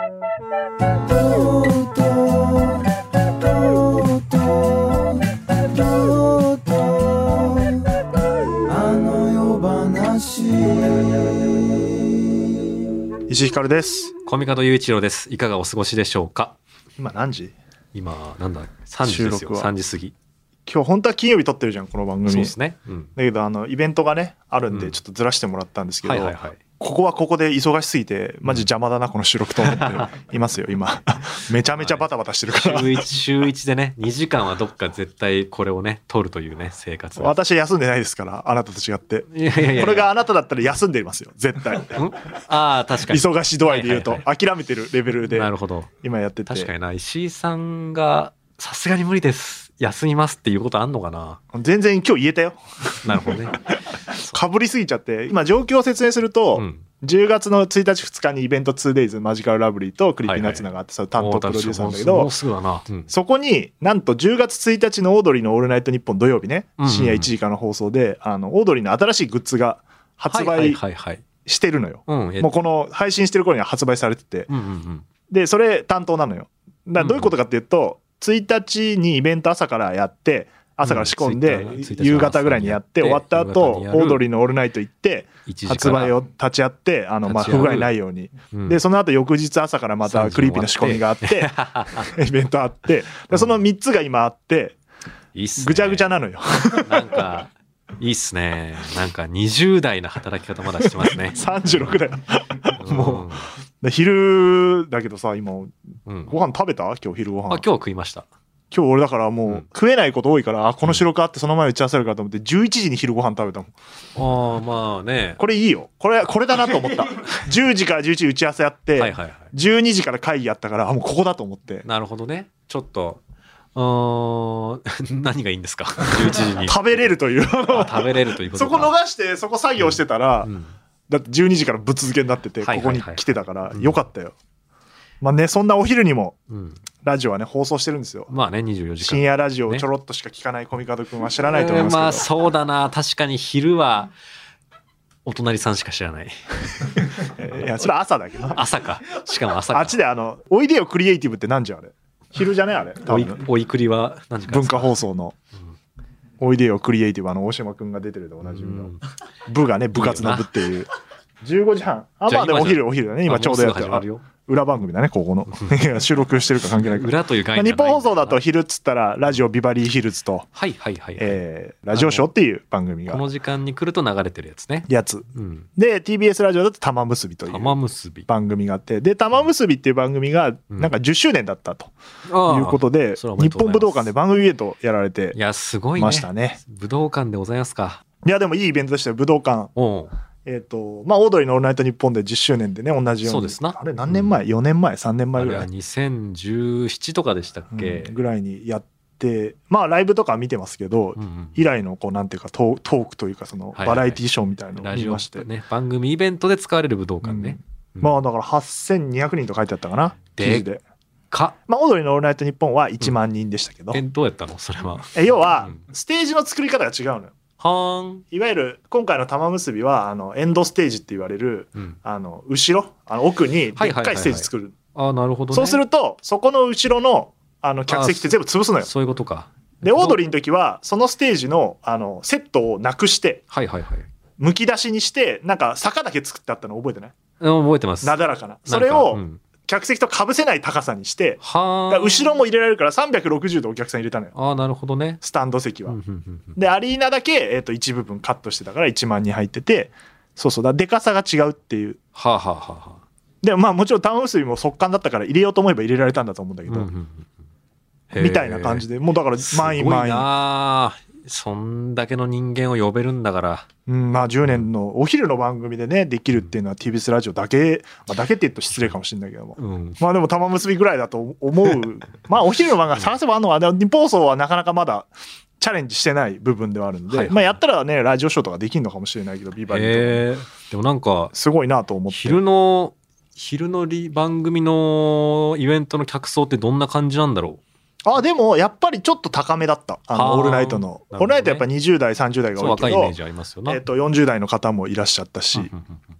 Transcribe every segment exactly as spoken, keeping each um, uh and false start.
石井ひかるです。 小見門雄一郎です。いかがお過ごしでしょうか。 今何時？ 今なんださんじですよ。さんじ過ぎ。 今日本当は金曜日撮ってるじゃんこの番組。 そうですね、うん、 だけどあのイベントがねあるんでちょっとずらしてもらったんですけど、 うんはいはいはい、 ここはここで忙しすぎてマジ邪魔だなこの収録と思っていますよ今めちゃめちゃバタバタしてるから、 はい、週いち週いちでねにじかんはどっか絶対これをね撮るというね生活。 私休んでないですからあなたと違って。 いやいやいや、 これがあなただったら休んでいますよ絶対ああ確かに忙しい度合いで言うと、 はいはいはい、 諦めてるレベルで今やってて。 確かにな。石井さんがさすがに無理です休みますっていうことあんのかな。 全然今日言えたよなるほどねかぶりすぎちゃって今状況を説明すると、うん、じゅうがつのついたちふつかにイベント ツーデイズ マジカルラブリーとクリーピーナッツナがあって、はいはい、その担当プロデューサーなんだけど、 もうすぐだな、うん、 そこになんとじゅうがつついたちのオードリーのオールナイトニッポン土曜日ね、うんうん、深夜いちじからの放送であのオードリーの新しいグッズが発売してるのよ、はいはいはいはい、もうこの配信してる頃には発売されてて、うんうんうん、でそれ担当なのよ。だからどういうことかっていうと、うんうん、ついたちにイベント朝からやって朝から仕込んで、うん、夕方ぐらいにやって終わった後オードリーのオールナイト行って発売を立ち会ってあのまあ不具合ないように、うん、でその後翌日朝からまたクリーピーの仕込みがあってイベントあってでそのみっつが今あっていいっすね、 ぐちゃぐちゃなのよなんかいいっすね。なんかにじゅう代の働き方まだしてますねさんじゅうろくだよもう昼だけどさ今、うん、ご飯食べた？今日昼ご飯。 あ今日食いました。 今日俺だからもう食えないこと多いから、うん、あこの白かってその前打ち合わせるかと思ってじゅういちじに昼ご飯食べたもん。 ああまあねこれいいよこれこれだなと思ったじゅうじからじゅういちじ打ち合わせやってはいはい、はい、じゅうにじから会議やったからあもうここだと思って。 なるほどね。ちょっとうーん何がいいんですかじゅういちじに食べれるという食べれるということか。 そこ逃してそこ作業してたら、うんうん、だってじゅうにじからぶっ続けになってて、はいはいはいはい、ここに来てたからよかったよ、うんまあね、そんなお昼にもラジオはね放送してるんですよ。 まあねにじゅうよじかん深夜ラジオをちょろっとしか聞かないコミカドくんは知らないと思いますけど、 まあそうだな確かに昼はお隣さんしか知らないいやそれは朝だけど朝かしかも朝かあっちであのおいでよクリエイティブって何時あれ昼じゃねあれおいおいくりは何時か文化放送の、うん、おいでよクリエイティブあの大島くんが出てるでおなじみの部がね部活の部っていうじゅうごじはんあまあでもお昼お昼だね今ちょうどやってる裏番組だねここの収録してるか関係ないから裏という概念日本放送だと昼っつったらラジオビバリーヒルズとはいはいはい、 えー、ラジオショーっていう番組がこの時間に来ると流れてるやつねやつ、うん、で ティービーエス ラジオだと玉結びという番組があってで玉結びっていう番組がなんかじゅっしゅうねんだったということで、うん、日本武道館で番組イベントやられてましたね。 武道館でございますか。 いやでもいいイベントでしたよ武道館。おえーとまあ、オードリーのオールナイトニッポンでじゅっしゅうねんでね同じようにそうですなあれ何年前、うん、よねんまえさんねんまえぐらいあれはにせんじゅうななとかでしたっけ、 うん、ぐらいにやってまあライブとか見てますけど、うんうん、以来のこうなんていうかトークというかそのバラエティショーみたいなのを見まして、はいはいね、番組イベントで使われる武道館ね、 うんうん、まあだからはっせんにひゃくにんと書いてあったかな記事でか、 まあ、オードリーのオールナイトニッポンはいちまんにんでしたけど、 うん、えどうやったのそれは。 え要は、うん、ステージの作り方が違うのよ。 はいわゆる今回の玉結びはあのエンドステージって言われる、うん、あの後ろあの奥にでっかいステージ作る、 はいはいはいはい、あなるほどね。 そうするとそこの後ろのあの客席って全部潰すのよ。 そういうことか。 でオードリーの時はそのステージのあのセットをなくして、はいはいはい、むき出しにしてなんか坂だけ作ってあったの覚えてない？ 覚えてます。 なだらかなそれを、うん客席と被せない高さにしては後ろも入れられるからさんびゃくろくじゅうどお客さん入れたのよ。 あなるほどね。 スタンド席はでアリーナだけ、えー、と一部分カットしてたからいちまんにん入っててそうそうだでかさが違うっていうはあはあはあでもまあもちろん玉結びも速乾だったから入れようと思えば入れられたんだと思うんだけど、うんうんうん、みたいな感じでもうだから満員満員。 あそんだけの人間を呼べるんだから、 うん、まあじゅうねんのお昼の番組でねできるっていうのは ティービーエス ラジオだけ、まあ、だけって言うと失礼かもしれないけども、うん、まあでも玉結びぐらいだと思うまあお昼の番組探せばあるのは日本放送はなかなかまだチャレンジしてない部分ではあるんで、はいはい、まあやったらねラジオショーとかできるのかもしれないけどビバリーとかでもなんかすごいなと思って昼の昼の番組のイベントの客層ってどんな感じなんだろう。 あでもやっぱりちょっと高めだったあのオールナイトの、ね、オールナイトやっぱにじゅう代さんじゅう代が多いけど若いイメージありますよね、 えー、とよんじゅう代の方もいらっしゃったし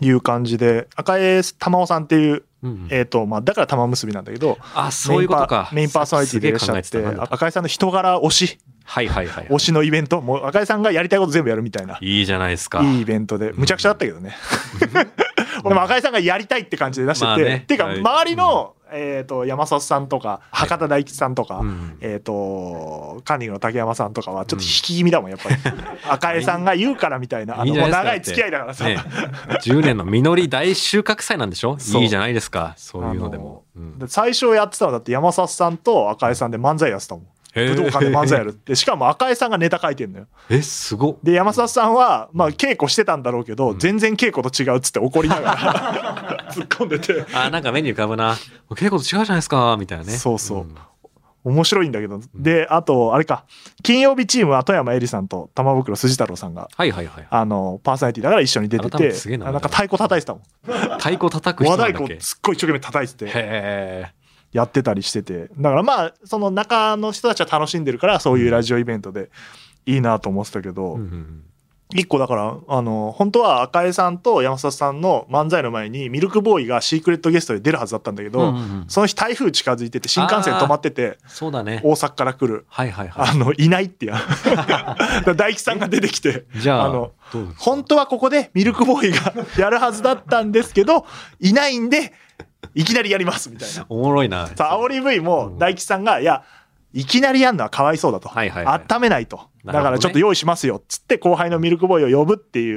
いう感じで、赤江玉緒さんっていう、うん、えっ、ー、と、まあ、だから玉結びなんだけど、 あ、そういうことか。 メインパーソナリティでいらっしゃって、赤江さんの人柄推し。 はいはいはい、はい。 推しのイベント、もう赤江さんがやりたいこと全部やるみたいな。 いいじゃないですか。 いいイベントで、むちゃくちゃだったけどね。俺も赤井さんがやりたいって感じで出してて、まあね、っていうか周りの、うん、えー、と山里さんとか博多大吉さんとか、はい、えー、とカンニングの竹山さんとかはちょっと引き気味だもんやっぱり、うん、赤井さんが言うからみたいな、あのもう長い付き合いだからさ、ね、 じゅうねんの実り大収穫祭なんでしょ。いいじゃないですか、そういうのでも、 うん、最初やってたのだって山里さんと赤井さんで漫才やってたもん。武道館で漫才やるって、しかも赤江さんがネタ書いてんのよ。 え、すごっ。 で山里さんはまあ稽古してたんだろうけど、うん、全然稽古と違うっつって怒りながら突っ込んでて、 あ、なんか目に浮かぶな、稽古と違うじゃないですかみたいなね。 そうそう、うん、面白いんだけど、であとあれか、金曜日チームは富山えりさんと玉袋筋太郎さんが、 はいはいはい、 あのパーソナリティだから一緒に出てて、な, なんか太鼓叩いてたもん。 太鼓叩く人なんだっけ。 和太鼓すっごい一生懸命叩いてて、 へー、 やってたりしてて、だからまあその中の人たちは楽しんでるからそういうラジオイベントでいいなと思ってたけど、うんうんうん、一個だからあの本当は赤江さんと山里さんの漫才の前にミルクボーイがシークレットゲストで出るはずだったんだけど、うんうんうん、その日台風近づいてて新幹線止まってて、 そうだね、 大阪から来る、 はいはいはい、 あのいないってや大吉さんが出てきて、 じゃあ、あの本当はここでミルクボーイがやるはずだったんですけどいないんでいきなりやりますみたいな。 おもろいな。 さあ煽り V も大吉さんが、いやいきなりやるのはかわいそうだと、はいはいはい、温めないと、だからちょっと用意しますよっつって後輩のミルクボーイを呼ぶっていう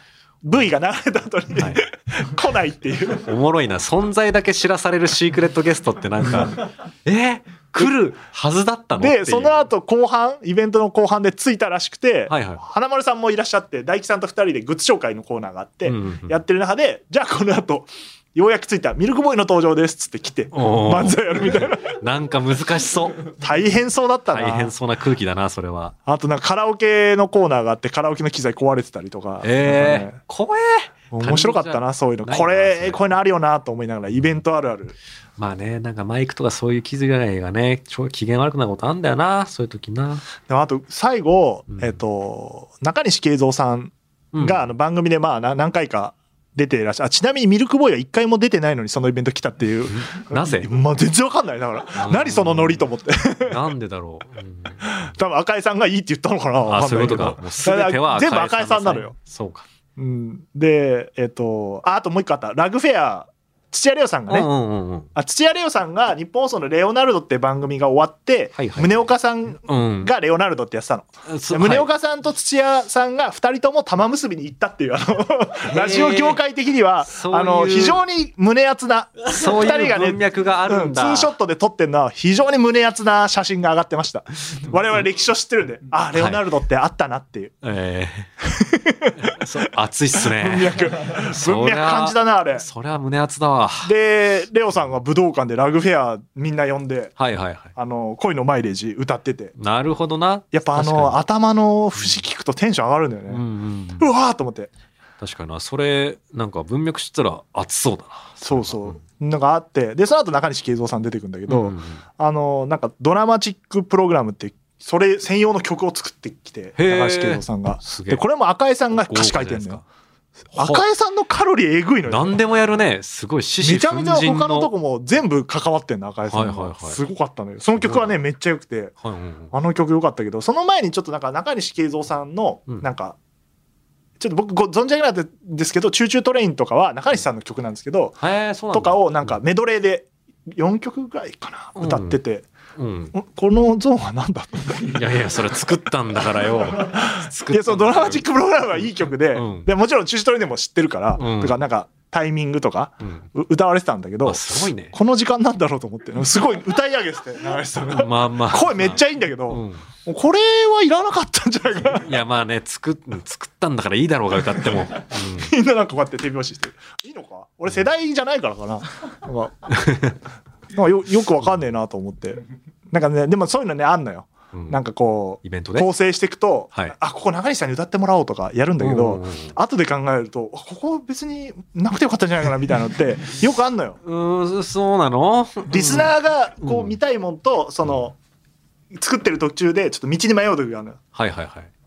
V が流れた後に、はい、来ないっていう。 おもろいな。存在だけ知らされるシークレットゲストってなんかえー、来るはずだったので、その後後半イベントの後半で着いたらしくて、 はいはい、 花丸さんもいらっしゃって大吉さんとふたりでグッズ紹介のコーナーがあって、うんうんうん、やってる中でじゃあこの後ようやく着いたミルクボーイの登場ですっつって来て漫才やるみたいな。 なんか難しそう。 大変そうだったな。 大変そうな空気だなそれは。 あとなんかカラオケのコーナーがあってカラオケの機材壊れてたりとか、 えー、ね、怖え。 面白かったなそういうの。これこういうのあるよなと思いながら、イベントあるある。 まあね、なんかマイクとかそういう機材がねちょ機嫌悪くなることあるんだよな、そういう時な。 でもあと最後、うん、えっと中西慶三さんがあの番組でまあ何回か出てらっしゃる。あ、ちなみにミルクボーイは一回も出てないのにそのイベント来たっていう。 なぜ？ まあ全然わかんない。だから何そのノリと思ってなんでだろう、うん、 多分赤井さんがいいって言ったのかな。 あ、そういうことか。もう全ては赤井さんのせい。 全部赤井さんなのよ。 そうか、 うん、でえっと あ, あともう一個あった。ラグフェア土屋レオさんがね、うんうんうん、あ土屋レオさんが日本放送のレオナルドって番組が終わって、はいはい、宗岡さんがレオナルドってやってたの、うん、宗岡さんと土屋さんがふたりとも玉結びに行ったっていう、あのラジオ業界的にはあの非常に胸熱なそういう文脈があるんだ、 うん、ツーショットで撮ってるのは非常に胸熱な写真が上がってました。我々歴史を知ってるんで、あレオナルドってあったなっていう、はい、えー、そう熱いっすね。 文脈文脈感じだなあれ。 それは胸熱だわ。 でレオさんが武道館でラグフェアみんな呼んで、 はいはいはい、 あの恋のマイレージ歌ってて、 なるほどな。 やっぱあの頭の節聞くとテンション上がるんだよね、うんうんうん、うわーと思って。 確かにな、それなんか文脈知ったら熱そうだな。 そうそう、うん、なんかあって、でその後中西慶三さん出てくるんだけど、うんうん、あのなんかドラマチックプログラムってそれ専用の曲を作ってきて中西慶三さんが、でこれも赤江さんが歌詞書いてるんだよ。赤江さんのカロリーえぐいのよ。 何でもやるね。すごい獅子奮迅の。 めちゃめちゃ他のとこも全部関わってんの赤江さんが、はいはいはい、すごかったのよ。その曲はねめっちゃ良くて、はいはいはい、あの曲良かったけど、その前にちょっとなんか中西慶三さんのなんか、うん、ちょっと僕ご存じ上げなかったんですけど、チューチュートレインとかは中西さんの曲なんですけど、とかをなんかメドレーでよんきょくぐらいかな、うん、歌ってて、うん、このゾーンは何だいやいやそれ作ったんだからよいやそのドラマチックプログラムはいい曲で、うん、でもちろんチューチュートレインでも知ってるから、うん、とかなんかタイミングとか、うん、歌われてたんだけど、 すごいね、 この時間なんだろうと思ってすごい歌い上げてて中西さんがまあまあ声めっちゃいいんだけど、うん、これはいらなかったんじゃないかな。 いやまあね作、作ったんだからいいだろうが歌っても、うん、 みんななんかこうやって手拍子していいのか、俺世代じゃないからかな、なんかなんか よ, よくわかんねえなと思って、なんかねでもそういうのねあんのよ、うん、なんかこうイベントで構成していくと、はい、あここ中西さんに歌ってもらおうとかやるんだけど、うんうんうん、後で考えるとここ別になくてよかったんじゃないかなみたいなのってよくあんのよ。 うーんそうなの。 リスナーがこう見たいもんと、その作ってる途中でちょっと道に迷う時があるのよ。 はいはいはい。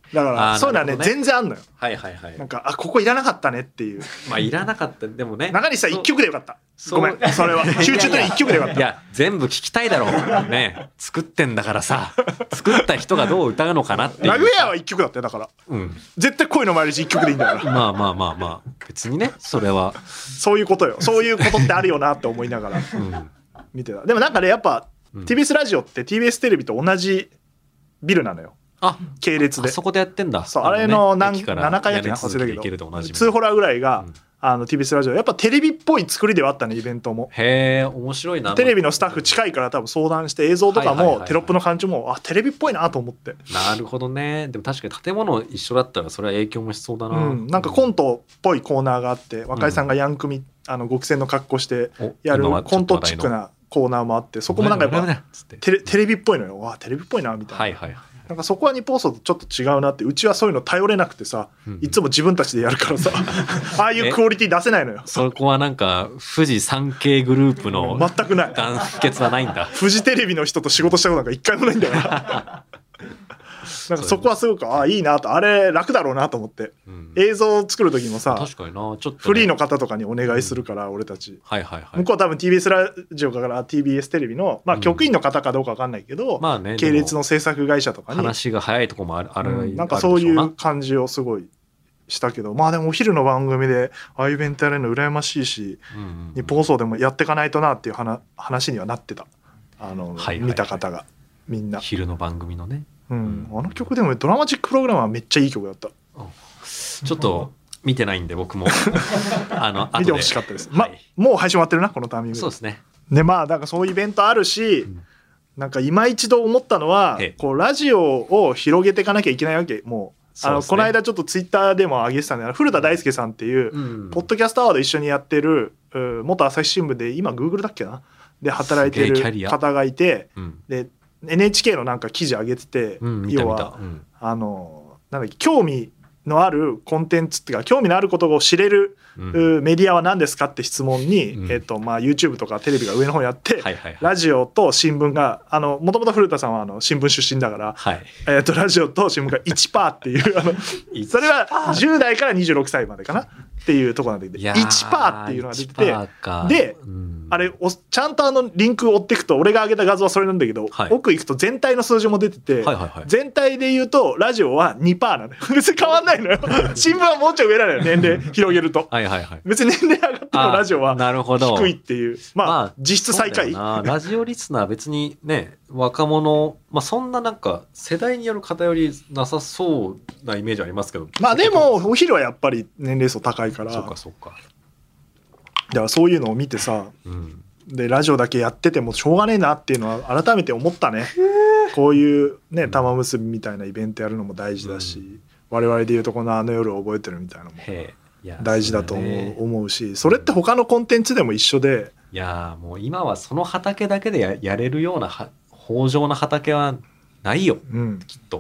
だからそういうのはね全然あんのよ。 はいはいはい。 なんかあここいらなかったねっていう。 まあいらなかったでもね。 中西さん一曲でよかった。ごめんそれは集中的に一曲でよかった。 いや全部聞きたいだろうね。作ってんだからさ。作った人がどう歌うのかなっていう。 ラグウェアは一曲だってだから。うん。絶対恋のマイレージ一曲でいいんだから。 まあまあまあまあ別にねそれはそういうことよ。そういうことってあるよなって思いながら見てた。でもなんかねやっぱ ティービーエス ラジオって ティービーエス テレビと同じビルなのよ。 あ系列で。 あそこでやってんだ。 そうあれの何ななかいやってな忘れたけどツーホラーぐらいが、うん、あの ティービーエス ラジオやっぱテレビっぽい作りではあったねイベントも。 へえ面白いな。 テレビのスタッフ近いから多分相談して映像とかもテロップの感じもあテレビっぽいなと思って。 なるほどね。でも確かに建物一緒だったらそれは影響もしそうだな。 うん、なんかコントっぽいコーナーがあって若井さんがヤンクミ、うん、あの極戦の格好してやるコントチックなコーナーもあってそこもなんかやっぱテレ、テレビっぽいのよ。わテレビっぽいなみたいな。 はいはいはい。 なんかそこは日本放送とちょっと違うなって。うちはそういうの頼れなくてさ、うん、いつも自分たちでやるからさああいうクオリティ出せないのよ。 そこはなんか富士山系グループの全くない団結はないんだ。 フジテレビの人と仕事したことなんか一回もないんだよななんかそこはすごくああいいなとあれ楽だろうなと思って、うん、映像を作る時もさ確かになちょっと、ね、 フリーの方とかにお願いするから、うん、俺たち、 はいはいはい、 向こうは多分 ティービーエス ラジオから ティービーエス テレビの、まあ、局員の方かどうか分かんないけど、うんまあね、系列の制作会社とかに話が早いとこもある、ある、 うん、なんかそういう感じをすごいしたけどまあでもお昼の番組でああいうイベントやれるの羨ましいし、うんうんうん、日本放送でもやっていかないとなっていう話、話にはなってたあの、はいはいはい、見た方がみんな昼の番組のねうん、あの曲でもドラマチックプログラムはめっちゃいい曲だった、 うん、ちょっと見てないんで僕もあの見てほしかったです、まはい、もう配信終わってるなこのタイミングで。 そうですね。 でまあなんかそういうイベントあるし、うん、なんか今一度思ったのはこうラジオを広げていかなきゃいけないわけ。もうあの、ね、この間ちょっとツイッターでも上げてたんで古田大輔さんっていう、うん、ポッドキャストアワード一緒にやってる元朝日新聞で今 Google だっけなで働いてる方がいて、うん、でエヌエイチケー のなんか記事上げてて、うん、要は、うん、あのなんだっけ興味のあるコンテンツっていうか興味のあることを知れる、うん、メディアは何ですかって質問に、うんえーとまあ、YouTube とかテレビが上の方にあって、はいはいはい、ラジオと新聞がもともと古田さんはあの新聞出身だから、はいえー、とラジオと新聞が いちパーセント っていうあのそれはじゅう代からにじゅうろくさいまでかなっていうところなんだけど いちパーセント っていうのが出ててで、うん、あれおちゃんとあのリンクを追っていくと俺が上げた画像はそれなんだけど、はい、奥行くと全体の数字も出てて、はいはいはい、全体で言うとラジオは にパーセント なのよ別に変わんないのよ新聞はもうちょい上なのよ年齢広げるとはいはい、はい、別に年齢上がってもラジオは低いっていうまあ、まあ、実質最下位ラジオリスナー別にね若者、まあ、そんななんか世代による偏りなさそうなイメージありますけどまあでもお昼はやっぱり年齢層高いからそうかそうかだからそういうのを見てさ、うん、でラジオだけやっててもしょうがねえなっていうのは改めて思ったねこういうね玉結びみたいなイベントやるのも大事だし、うん、我々でいうとこのあの夜を覚えてるみたいなのも大事だと思う、ね、思うしそれって他のコンテンツでも一緒でいやもう今はその畑だけで や, やれるような豊穣な畑はないよ、うん、きっと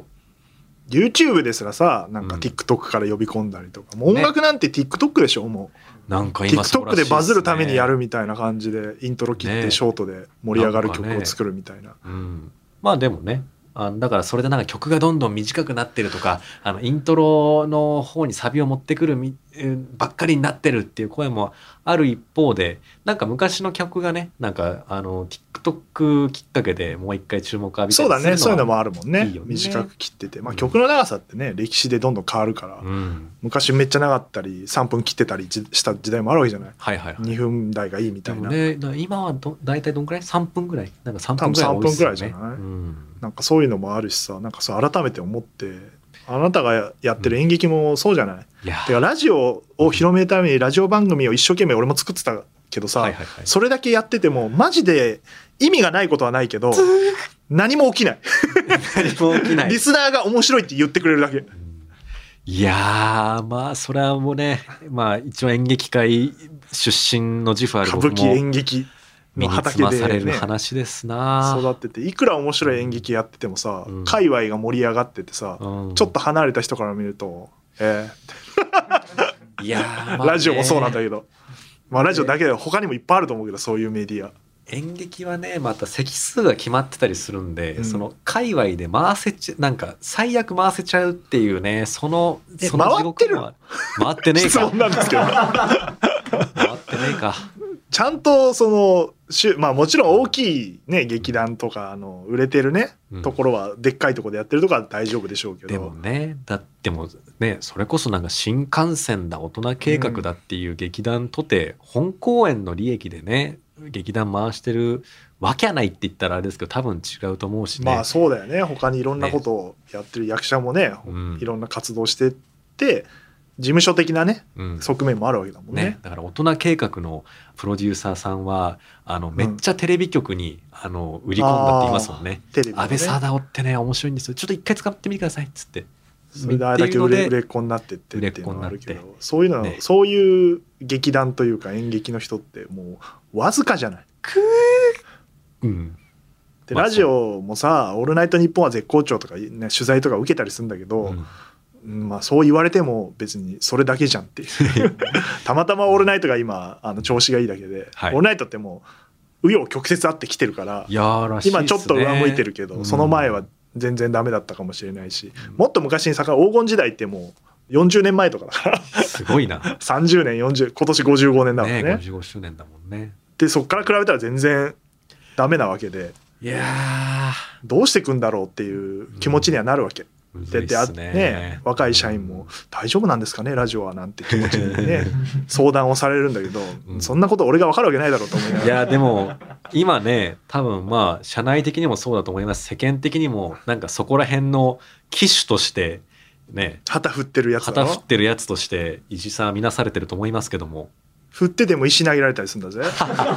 YouTube ですらさなんか TikTok から呼び込んだりとか、うん、もう音楽なんて TikTok でしょもうなんか今 TikTok でバズるためにやるみたいな感じでイントロ切ってショートで盛り上がる曲を作るみたいな、ねうん、まあでもねあだからそれでなんか曲がどんどん短くなってるとかあのイントロの方にサビを持ってくるみばっかりになってるっていう声もある一方でなんか昔の曲がねなんかあの TikTok きっかけでもう一回注目浴びたりするのはそうだねそういうのもあるもんね、いいよね短く切ってて、まあ、曲の長さってね、うん、歴史でどんどん変わるから、うん、昔めっちゃ長かったりさんぷん切ってたりした時代もあるわけじゃない、はいはいはい、にふん台がいいみたいなでも、ね、今はど大体どんくらいさんぷんぐらいなんかさんぷんぐらい多いですよね、さんぷんぐらいじゃない、うん、 なんかそういうのもあるしさなんかそう改めて思ってあなたがやってる演劇もそうじゃない、うん、いやてかラジオを広めるためにラジオ番組を一生懸命俺も作ってたけどさ、はいはいはい、それだけやっててもマジで意味がないことはないけど何も起きない何も起きないリスナーが面白いって言ってくれるだけ、うん、 いやーまあそれはもうねまあ一応演劇界出身の自負ある僕も歌舞伎演劇の畑で、ね、 される話ですな育ってていくら面白い演劇やっててもさ、うん、界隈が盛り上がっててさ、うん、ちょっと離れた人から見るとえー、いや、まあね、ラジオもそうなんだけど、まあ、ラジオだけで他にもいっぱいあると思うけどそういうメディア演劇はねまた席数が決まってたりするんで、うん、その界隈で回せちゃなんか最悪回せちゃうっていうねそのその地獄も回ってねえか質問なんですけど回ってねえかちゃんとそのまあもちろん大きいね劇団とかあの売れてるね、うん、ところはでっかいところでやってるとこは大丈夫でしょうけどでもねだってもねそれこそなんか新幹線だ大人計画だっていう劇団とて、うん、本公演の利益でね劇団回してるわけはないって言ったらあれですけど多分違うと思うしねまあそうだよね他にいろんなことをやってる役者もね、うん、いろんな活動してって事務所的なね、うん、側面もあるわけだもんね。ねだから大人計画のプロデューサーさんはあのめっちゃテレビ局に、うん、あの売り込んだって言いますもんね。テレビね安倍貞夫ってね面白いんですよちょっと一回使ってみてくださいっつってそれであれだけ売れ売れっ子になってってっていうのがあるけどそういうの、ね、そういう劇団というか演劇の人ってもうわずかじゃないくー、うん、 でラジオもさ「オールナイトニッポン」は絶好調とか、ね、取材とか受けたりするんだけど、うん、まあそう言われても別にそれだけじゃんっていうたまたま「オールナイト」が今あの調子がいいだけで「はい、オールナイト」ってもう紆余曲折あってきてるからやらしいっすね、 今ちょっと上向いてるけど、うん、その前は全然ダメだったかもしれないし、うん、もっと昔にさ黄金時代ってもうよんじゅうねんまえとかだからすごいなさんじゅうねんよんじゅう今年ごじゅうごねんだもんねねごじゅうごしゅうねんだもんねでそっから比べたら全然ダメなわけでいやどうしてくんだろうっていう気持ちにはなるわけ、うん、でであ、ね、若い社員も大丈夫なんですかねラジオはなんて気持ちにね相談をされるんだけど、うん、そんなこと俺が分かるわけないだろうと思いながらいやでも今ね多分まあ社内的にもそうだと思います世間的にもなんかそこら辺の機種としてね旗振ってるやつだろ旗振ってるやつとして石さん見なされてると思いますけども振ってでも石投げられたりするんだぜ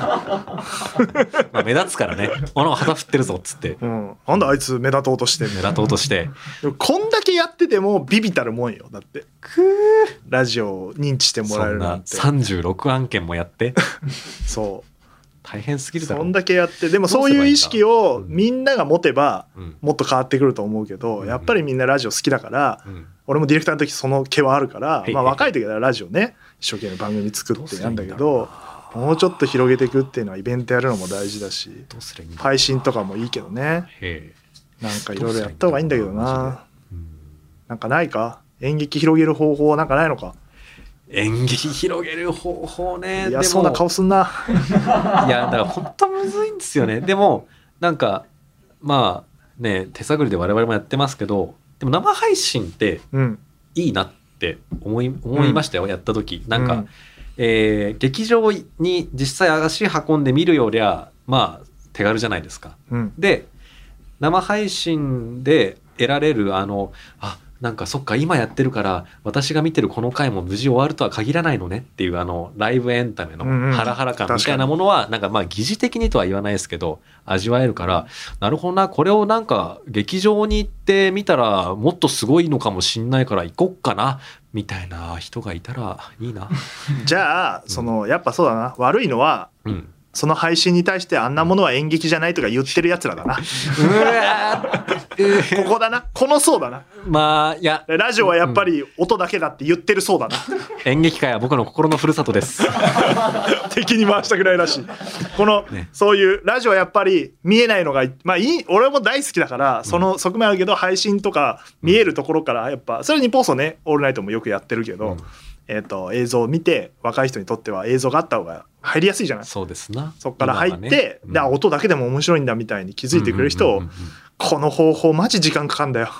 まあ目立つからねあの旗振ってるぞっつって、 うん、なんだあいつ目立とうとして目立とうとしてでもこんだけやっててもビビたるもんよだってくーラジオを認知してもらえるなんてそんなさんじゅうろくあんけんもやってそう大変すぎるだろそんだけやってでもそういう意識をみんなが持てばもっと変わってくると思うけど、うん、やっぱりみんなラジオ好きだから、うん、俺もディレクターの時その毛はあるから、うん、まあ、若い時はラジオね一生懸命番組作ってなんだけどもうちょっと広げていくっていうのはイベントやるのも大事だし配信とかもいいけどねなんかいろいろやった方がいいんだけどななんかないか演劇広げる方法はなんかないのか演劇広げる方法ねいやそうな顔すんないやだから本当むずいんですよねでもなんかまあね手探りで我々もやってますけどでも生配信っていいなって思い、思いましたよ、うん、やった時なんか、うんえー、劇場に実際足運んで見るよりゃまあ手軽じゃないですか、うん、で生配信で得られるあのあなんかそっか今やってるから私が見てるこの回も無事終わるとは限らないのねっていうあのライブエンタメのハラハラ感みたいなものはなんかまあ疑似的にとは言わないですけど味わえるからなるほどなこれをなんか劇場に行ってみたらもっとすごいのかもしんないから行こっかなみたいな人がいたらいいなじゃあそのやっぱそうだな悪いのは、うんその配信に対してあんなものは演劇じゃないとか言ってるやつらだな。うわここだな。この層だな。 まあいやラジオはやっぱり音だけだって言ってる層だな。 演劇界は僕の心のふるさとです。 敵に回したくないらしい。この、ね、そういうラジオはやっぱり見えないのがまあいい俺も大好きだからその側面あるけど配信とか見えるところからやっぱそれにポーソねオールナイトもよくやってるけど。うんえー、と映像を見て若い人にとっては映像があった方が入りやすいじゃないそうですなそっから入って、ねうん、で音だけでも面白いんだみたいに気づいてくれる人を、うんうんうんうん、この方法マジ時間かかんだよ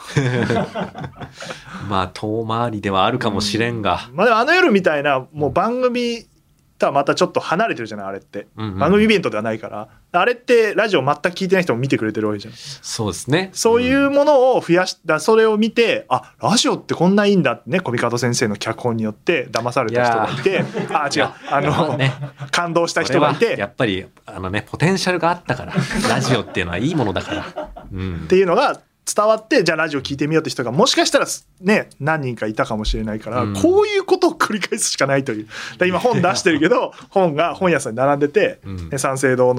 まあ遠回りではあるかもしれんが、 うんまあ、でもあの夜みたいなもう番組とはまたちょっと離れてるじゃないあれって、うんうん、番組イベントではないからあれってラジオ全く聞いてない人も見てくれてるわけじゃんそうですねそういうものを増やしたそれを見てあラジオってこんないいんだってねコミカド先生の脚本によって騙された人がいてあ違うあの、ね、感動した人がいてやっぱりあのねポテンシャルがあったからラジオっていうのはいいものだから、 うん、っていうのが伝わってじゃあラジオ聞いてみようって人がもしかしたらね何人かいたかもしれないから、うん、こういうことを繰り返すしかないというだ今本出してるけど本が本屋さんに並んでて、うん、三省堂の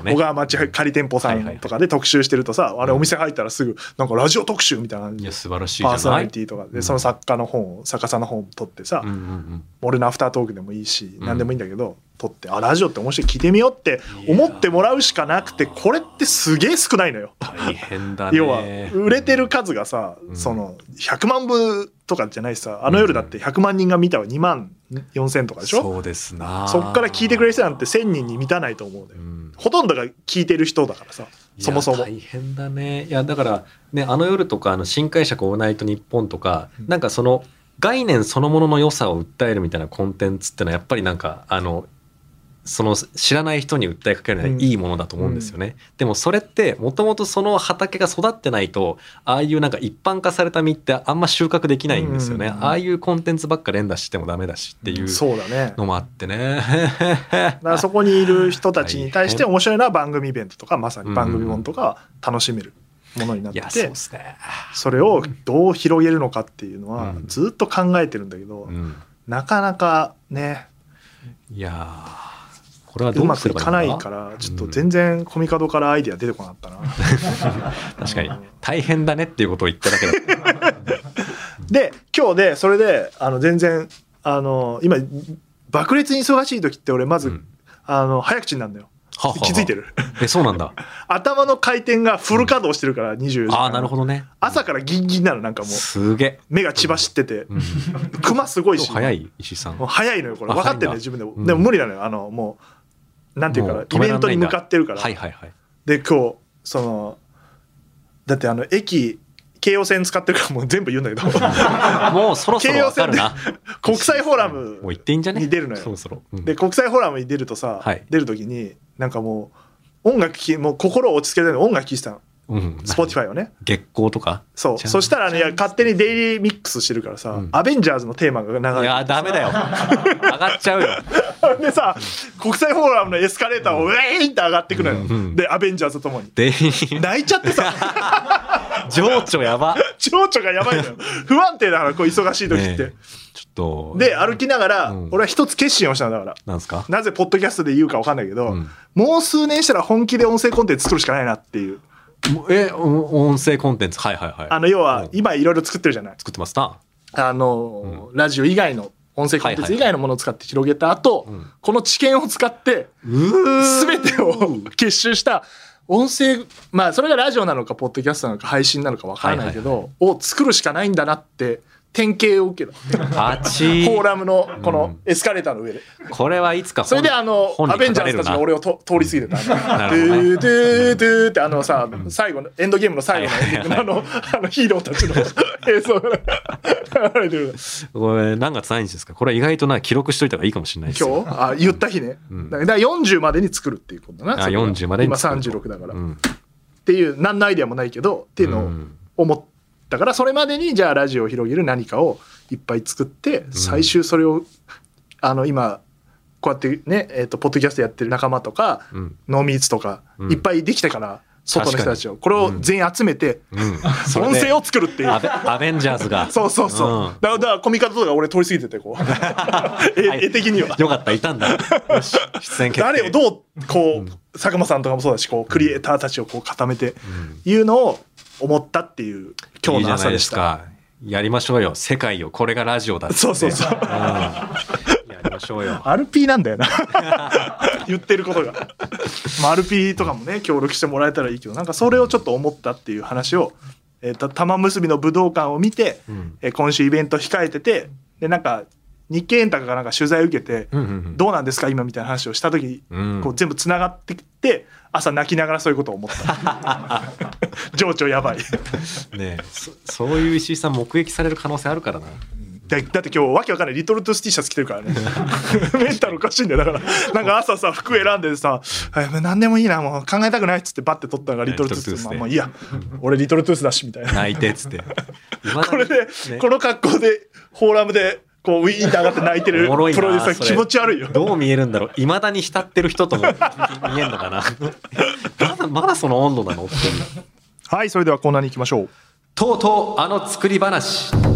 ね。 小川町仮店舗さんとかで特集してるとさ、はいはいはい、あれお店入ったらすぐなんかラジオ特集みたいな感じで、いや素晴らしいじゃない、パーソナリティとかで、うん、その作家の本を作家さんの本を取ってさ、うんうんうん、俺のアフタートークでもいいし、うん、何でもいいんだけど取って、あラジオって面白い聞いてみようって思ってもらうしかなくて、これってすげえ少ないのよ。 大変だね。 要は売れてる数がさ、うん、そのひゃくまんぶとかじゃないしさ、あの夜だってひゃくまんにんが見たはにまんよんせんとかでしょ。 そうですな。 そっから聞いてくれる人なんてせんにんに満たないと思うのよ、うん、ほとんどが聞いてる人だからさ、そもそも大変だね。いやだからね、あの夜とかあの新解釈オールナイトニッポンとか、うん、なんかその概念そのものの良さを訴えるみたいなコンテンツってのはやっぱりなんかあのその知らない人に訴えかけるのはいいものだと思うんですよね、うん、でもそれってもともとその畑が育ってないと、ああいうなんか一般化された実ってあんま収穫できないんですよね、うん、ああいうコンテンツばっか連打してもダメだしっていうのもあってね、 だからそこにいる人たちに対して面白いのは番組イベントとかまさに番組本とか楽しめるものになって、うん、そうですね、それをどう広げるのかっていうのはずっと考えてるんだけど、うん、なかなかね、 いやこれはどうまくいかないからちょっと全然コミカドからアイデア出てこなかったな、うん、 確かに大変だねっていうことを言っただけだで今日でそれであの全然あの今爆裂に忙しい時って俺まず、うん、あの早口になるんだよ。ははは気づいてる？ えそうなんだ。 頭の回転がフル稼働してるから、うん、にじゅうよじかん。 あなるほどね。 朝からギンギンになる、なんかもうすげえ目が血走ってて、うん、クマすごいし早い石井さん早いのよこれ分かってるね自分でも、うん、でも無理なのよ、あのもうなんていうかイベントに向かってるから、 はいはいはい、 で今日そのだってあの駅京葉線使ってるからもう全部言うんだけどもうそろそろ分かるな国際フォーラムに出るのよ、 そろそろ、うん、 で国際フォーラムに出るとさ、はい、出る時になんかもう音楽聴もう心を落ち着けたいの音楽聴いてたの、うん、Spotify をね月光とかそうそしたらね勝手にデイリーミックスしてるからさ、うん、アベンジャーズのテーマが流れてる。いやダメだよ上がっちゃうよでさ国際フォーラムのエスカレーターをウェーンって上がってくのよ、うんうん、でアベンジャーズとともに泣いちゃってさ情緒やば情緒がやばいのよ不安定だからこう忙しい時って、ね、 ちょっとで歩きながら、うん、俺は一つ決心をしたんだから。 なんすか？ なぜポッドキャストで言うか分かんないけど、うん、もう数年したら本気で音声コンテンツ作るしかないなっていう。 え音声コンテンツはいはいはい。 あの要は今いろいろ作ってるじゃない。 作ってますな。 あの、うん、ラジオ以外の音声コンテンツ以外のものを使って広げた後、はいはいはい、この知見を使って全てを結集した音声、まあそれがラジオなのかポッドキャストなのか配信なのか分からないけど、はいはいはい、を作るしかないんだなって典型を受けたあちーフォーラムのこのエスカレーターの上で、 うん、これはいつかそれであのアベンジャーズたちが俺をと通り過ぎてたドゥードゥードゥーってあのさ、うん、最後のエンドゲームの最後のエンディングのあの、あのヒーローたちの映像が流れてる。 これ何月何日ですか？これ意外とな記録しといた方がいいかもしれないですよ。 今日あ言った日ね、うん、だからよんじゅうまでに作るっていうことだな。 あよんじゅうまでに今さんじゅうろくだから、うん、っていう何のアイデアもないけどっていうのを思って、だからそれまでにじゃあラジオを広げる何かをいっぱい作って最終それを、うん、あの今こうやってね、えーとポッドキャストやってる仲間とか、うん、ノーミーツとか、うん、いっぱいできたから外の人たちをこれを全員集めて、うん、音声を作るっていうアベ、アベンジャーズがそうそうそう、うん、だからコミカドとか俺通り過ぎててこう絵的にはよかったいたんだよし出演決定。 誰をどうこう、うん、佐久間さんとかもそうだしこうクリエイターたちをこう固めていうのを思ったっていう今日の朝でした。いいじゃないですか。 やりましょうよ世界をこれがラジオだって、ね、 そうそうそう、うん、 やりましょうよアールピー なんだよな言ってることが、まあ、アールピー とかもね協力してもらえたらいいけどなんかそれをちょっと思ったっていう話を、えー、と玉結びの武道館を見て、うんえー、今週イベント控えててでなんか日経エンタがなんか取材を受けて、うんうんうん、どうなんですか今みたいな話をした時、うん、こう全部つながってきて朝泣きながらそういうことを思った情緒やばいねえ そ, そういう石井さん目撃される可能性あるからな。 だ, だって今日わけわかんないリトルトゥース T シャツ着てるからねメンタルおかしいんだよ。だからなんか朝さ服選んでさ何でもいいなもう考えたくないっつってバッて取ったのがリトルトゥース、まあ、まあいいや俺リトルトゥースだしみたいな泣いてっつってこれで、ね、この格好でフォーラムでこうウィーンって上がって泣いてるプロデューサー気持ち悪いよ。 どう見えるんだろういまだに浸ってる人とも見えんのかなまだまだその温度なのって。 はいそれではコーナーに行きましょう。 とうとうあの作り話。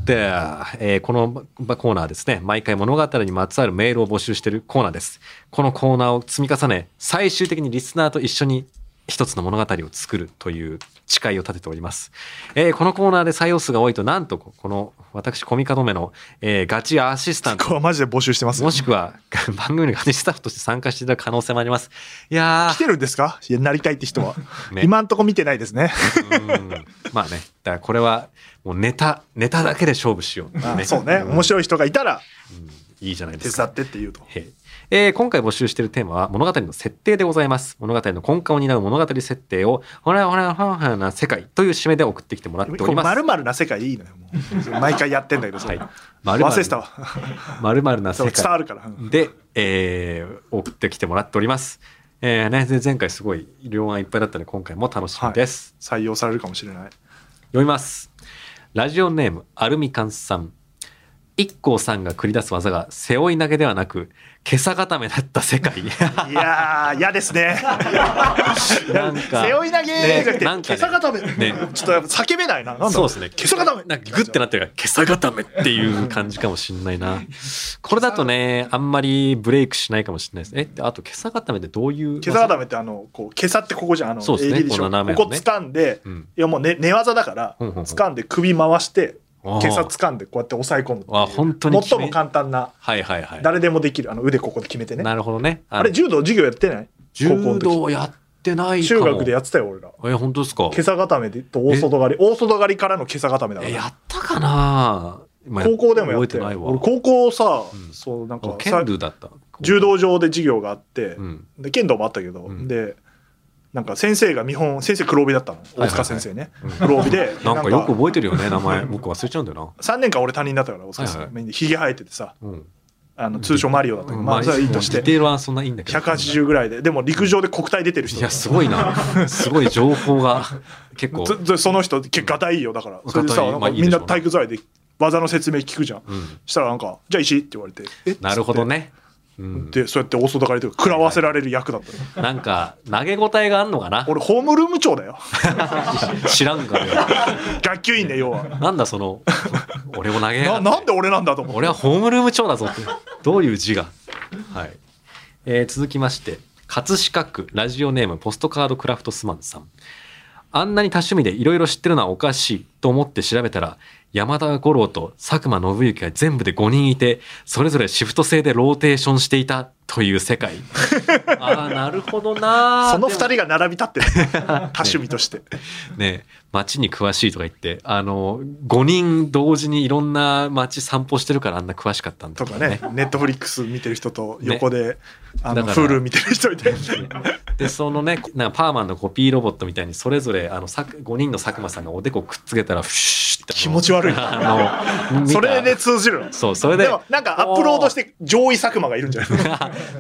で、えー、このコーナーですね、毎回物語にまつわるメールを募集しているコーナーです。このコーナーを積み重ね、最終的にリスナーと一緒に一つの物語を作るという誓いを立てております。えー、このコーナーで採用数が多いと、なんとこの私コミカドメの、えー、ガチアシスタント、 これはマジで募集してます。 もしくは番組のガチスタッフとして参加していただく可能性もあります。いやー、 来てるんですか？いや、なりたいって人は、ね、今んとこ見てないですね。 うんまあね、だからこれはもうネタネタだけで勝負しよう、ね、 あそうね、うん、面白い人がいたら、 うん、いいじゃないですか。 手伝ってって言うと。 えー、今回募集しているテーマは物語の設定でございます。物語の根幹を担う物語設定をほらほらほらほらな世界という締めで送ってきてもらっております。 丸々な世界でいいのよ。もう毎回やってんだけど、はい、 丸々 忘れてたわ。 丸々な世界伝わるからで、えー、送ってきてもらっております。えーね、前回すごい量がいっぱいだったので今回も楽しみです、 はい、採用されるかもしれない。 読みます。ラジオネームアルミカンさん。一光さんが繰り出す技が背負い投げではなく袈裟固めだった世界。いやー嫌ですね。なんか背負い投げじゃなくて袈裟固め、ね、ちょっとやっぱ叫べないな。なんだそうですね、 袈裟固めなんかグッてなってるから袈裟固めっていう感じかもしんないな。これだとねあんまりブレイクしないかもしれないです。えあと袈裟固めってどういう？ 袈裟固めってあのこう袈裟ってここじゃん、あのそうですね、 ここ掴んで、うん、いやもう、ね、寝技だから掴んで首回して今朝掴んでこうやって押さえ込むっていう、 あ本当に最も簡単な、 はいはいはい、 誰でもできるあの腕ここで決めてね。 なるほどね。 あ, あれ柔道授業やってない？ 柔道やってないかも。 中学でやってたよ俺ら。 え本当ですか？ 袈裟固めと大外刈り、大外刈りからの袈裟固めだから。 やったかな。 高校でもやってないわ。俺高校さ、うん、そうなんか剣道だった。 柔道場で授業があって、うん、で剣道もあったけど、 うん、 でなんか先生が見本、先生黒帯だったの、大塚先生ね、黒帯でなんかよく覚えてるよね名前。僕忘れちゃうんだよな。 さんねんかん俺担任だったから大塚先生、ひげ生えててさ、あの通称マリオだったけど、まあそれはいいとして、 ディテールはそんないいんだけど、 ひゃくはちじゅうぐらいで、でも陸上で国体出てる人。 いやすごいな、すごい情報が結構。 その人結構ガタいいよ。だからそれでさ、みんな体育座りで技の説明聞くじゃん。したらなんかじゃあ石って言われて、えなるほどね。 うん、でそうやって大外刈りとか食らわせられる役だったの、 はいはい、なんか投げ応えがあんのかな。 俺ホームルーム長だよ。 知らんからよ。 学級委員ね要は。 なんだその俺を投げな, なんで俺なんだと思って。 俺はホームルーム長だぞってどういう字が。はい、えー、続きまして葛飾区ラジオネームポストカードクラフトスマンさん。あんなに多趣味でいろいろ知ってるのはおかしいと思って調べたら山田五郎と佐久間信行が全部でごにんいてそれぞれシフト制でローテーションしていたという世界。ああなるほどな。 そのふたりが並び立ってる。多趣味としてね。街に詳しいとか言ってあのごにん同時にいろんな街散歩してるからあんな詳しかったんだ、ね、 とかね。ネットフリックス見てる人と横で、ね、あのフール見てる人みたいな。 でそのねなんかパーマンのコピーロボットみたいにそれぞれあのごにんの佐久間さんがおでこくっつけたらフシュッって気持ち悪い。あのそれで通じるの。 そうそれででもなんかアップロードして上位佐久間がいるんじゃない。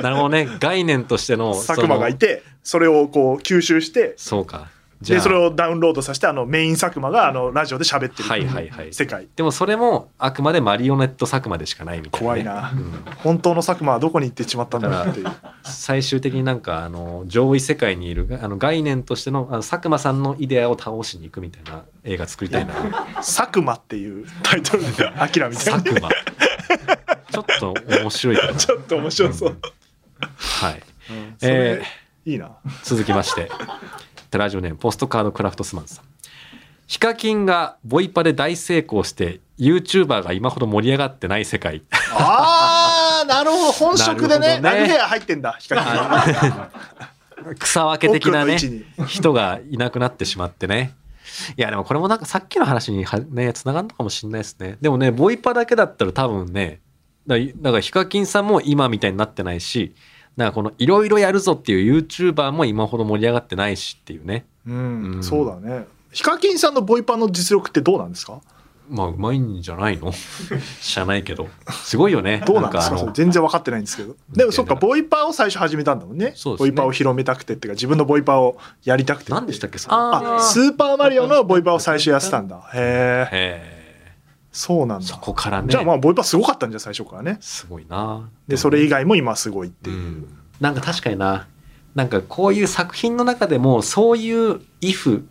なるほどね。概念としての佐久間がいてそれをこう吸収して、 そうか。 でそれをダウンロードさせてあのメイン佐久間があのラジオで喋ってる世界、はいはいはい、 でもそれもあくまでマリオネット佐久間でしかないみたいな、ね、 怖いな、うん、本当の佐久間はどこに行ってしまったんだろうっていう。 最終的になんかあの上位世界にいるあの概念としてのあの佐久間さんのイデアを倒しに行くみたいな映画作りたいな。 佐久間っていうタイトルでアキラみたいな。 佐久間ちょっと面白いけどちょっと面白そう、うん、 はい、うん、 えー、いいな。 続きましてラジオネームポストカードクラフトスマンさん。ヒカキンがボイパで大成功して YouTuber が今ほど盛り上がってない世界。 あーなるほど。本職で ね, ねラグヘア入ってんだヒカキン。草分け的なね人がいなくなってしまってね。いやでもこれもなんかさっきの話にねつながるのかもしれないですね。でもねボイパだけだったら多分ねだからヒカキンさんも今みたいになってないしなんかこのいろいろやるぞっていう YouTuber も今ほど盛り上がってないしっていうね。 うん、うん、そうだね。ヒカキンさんのボイパの実力ってどうなんですか？ まあうまいんじゃないの？知らないけどすごいよね。 どうなんですか？全然分かってないんですけど。でもそっかボイパを最初始めたんだもんね。 そうですね。 ボイパを広めたくてっていうか自分のボイパをやりたくて。 何でしたっけ？ あスーパーマリオのボイパを最初やってたんだ。へえ。そうなんだ。 そこからね。 じゃあまあボイパすごかったんじゃ最初からね。 すごいな。 でそれ以外も今すごいっていう。うん、 なんか確かにな。なんかこういう作品の中でもそういう if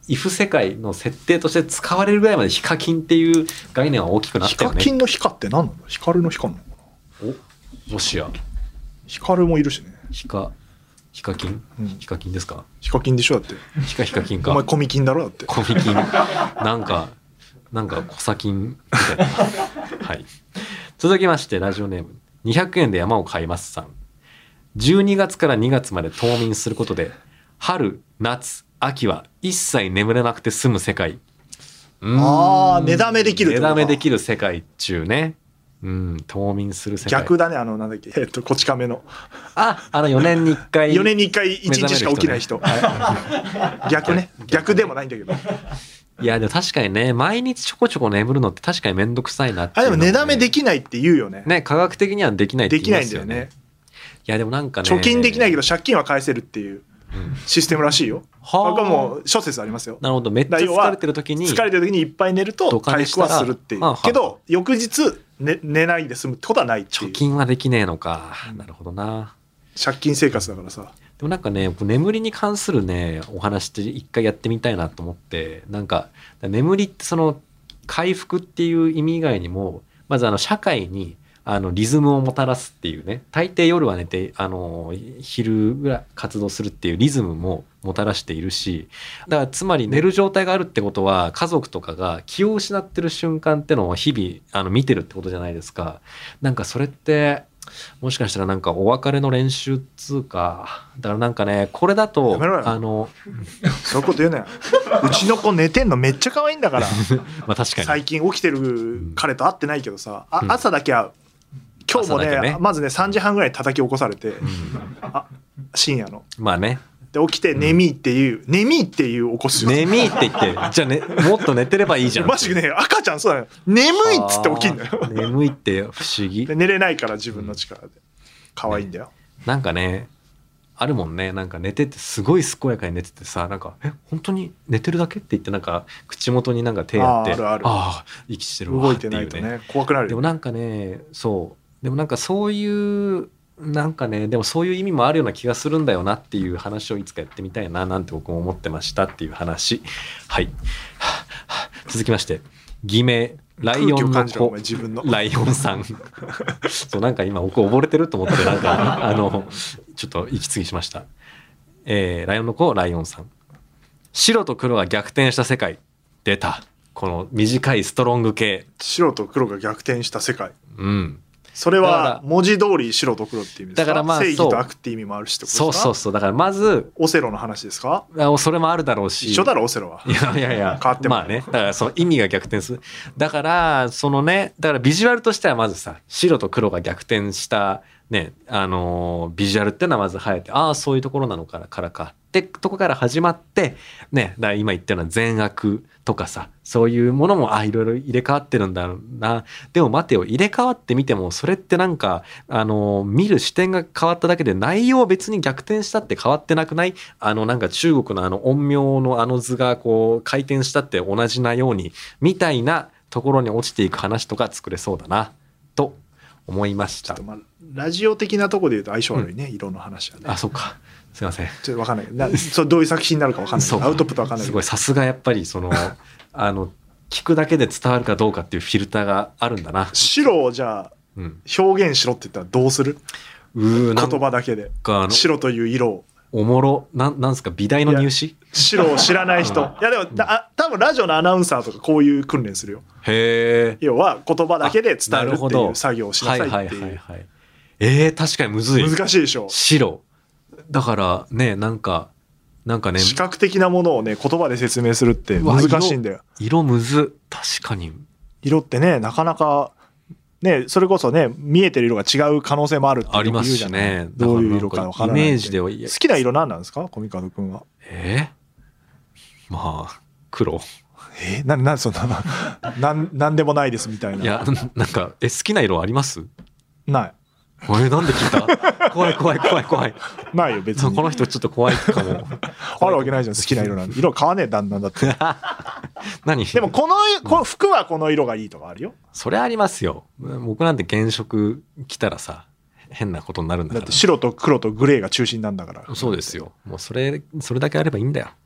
イフ世界の設定として使われるぐらいまでヒカキンっていう概念は大きくなったよね。 ヒカキンのヒカって何なの？ヒカルのヒカなのかな。お、もしやヒカルもいるしね。 ヒカヒカキン、うん、ヒカキンですか？ ヒカキンでしょだって。 ヒカヒカキンか。 お前コミキンだろだって。 コミキンなんかなんかコサキンみたいな。はい。続きましてラジオネームにひゃくえんで山を買いますさん。じゅうにがつからにがつまで冬眠することで春夏秋は一切眠れなくて済む世界。 ああ寝だめできる。 寝だめできる世界っちゅうね。うん、冬眠する世界。 逆だね、あのなんだっけ、えっとこち亀の。 あ、あのよねんにいっかい。 よねんにいっかいいちにちしか起きない人。逆ね、逆でもないんだけど。 いやでも確かにね、毎日ちょこちょこ眠るのって確かにめんどくさいなっていうの、 ね。あ、でも寝だめできないって言うよね。 ね、科学的にはできないって言いますよね。 できないんだよね。 いやでもなんかね。 貯金できないけど借金は返せるっていうシステムらしいよ。はあ。これも諸説ありますよ。 なるほど。めっちゃ疲れてる時に。 疲れてる時にいっぱい寝ると回復はするっていう。はあはあ、けど翌日寝、寝ないで済むってことはないっていう。 貯金はできねえのか。なるほどな。 借金生活だからさ。 でもなんかね、眠りに関するねお話って一回やってみたいなと思って、なんか眠りってその回復っていう意味以外にも、まずあの社会にあのリズムをもたらすっていうね、大抵夜は寝てあの昼ぐらい活動するっていうリズムももたらしているし、だからつまり寝る状態があるってことは家族とかが気を失ってる瞬間ってのを日々あの見てるってことじゃないですか。なんかそれってもしかしたらなんかお別れの練習っつうか、だからなんかねこれだとあのそういうこと言うなよ。うちの子寝てんのめっちゃ可愛いんだから。 まあ確かに最近起きてる彼と会ってないけどさ、あ朝だけは今日も ね, ねまずねさんじはんぐらい叩き起こされて、うん、あ深夜のまあねで起きて眠いっていう、うん、眠いっていう起こすよ。 眠いって言ってじゃあ、ね、もっと寝てればいいじゃん。 マジでね赤ちゃんそうだよ、眠いっつって起きんだよ。 眠いって不思議で寝れないから自分の力で、うん、可愛いんだよ、ね、 なんかねあるもんね、なんか寝ててすごい健やかに寝ててさ、なんかえ本当に寝てるだけって言ってなんか口元になんか手やって、 ああるある、 ああ息してるわ動いてないとね怖くなるよ。 でもなんかねそうでもなんかそういうなんかねでもそういう意味もあるような気がするんだよなっていう話をいつかやってみたいななんて僕も思ってましたっていう話。はい続きまして偽名ライオンの子ライオンさんそうなんか今僕溺れてると思ってなんかあのちょっと息継ぎしました、えー、ライオンの子ライオンさん。白と黒が逆転した世界。出たこの短いストロング系。 白と黒が逆転した世界。 うんそれは文字通り白と黒って意味ですか？ だからまあ正義と悪って意味もあるしってことですか？ そうそうそう。だからまずオセロの話ですか？ それもあるだろうし。 一緒だろオセロは。 いやいやいや変わってもまあねだからその意味が逆転する。だからそのねだからビジュアルとしてはまずさ白と黒が逆転したねあのー、ビジュアルっていうのはまず生えて、ああそういうところなのからからかってとこから始まってね、だから今言ったような善悪とかさそういうものもあいろいろ入れ替わってるんだろうな。でも待てよ入れ替わってみてもそれってなんかあの見る視点が変わっただけで内容別に逆転したって変わってなくない？あのなんか中国のあの陰陽のあの図がこう回転したって同じなようにみたいなところに落ちていく話とか作れそうだなと思いました。 ちょっとまあラジオ的なところで言うと相性悪いね、うん、色の話はね。 あそうかすいませんちょっと分かんないなそうどういう作品になるか分かんないアウトプット分かんない。 すごいさすがやっぱりそのあの聞くだけで伝わるかどうかっていうフィルターがあるんだな。 白をじゃあ、うん、表現しろって言ったらどうする？う言葉だけで白という色を。 おもろな、なんすか美大の入試？ 白を知らない人、うん、いやでもだ多分ラジオのアナウンサーとかこういう訓練するよ。 へえ。 要は言葉だけで伝えるっていう作業をしなさいっていう。はいはいはいはい、 えー、確かにむずい。 難しいでしょ。 白だからねなんかなんかね視覚的なものをね言葉で説明するって難しいんだよ。 色、色むず確かに色ってねなかなかねそれこそね見えてる色が違う可能性もあるってありますしね。 どういう色か分からない。 イメージでは好きな色何なんですかコミカド君は？ えー、まあ黒。 えー、ななんそんななんなんでもないですみたいな。 いやなんかえ好きな色あります？ ない。 えなんで聞いた？怖い怖い怖い怖い。 ないよ別に。 この人ちょっと怖いかも。 あるわけないじゃん好きな色なんで。色買わねえ旦那だって。 何？ でもこのこの服はこの色がいいとかあるよ。 それありますよ。僕なんて原色着たらさ変なことになるんだから。 だって白と黒とグレーが中心なんだから。 そうですよ。もうそれそれだけあればいいんだよ。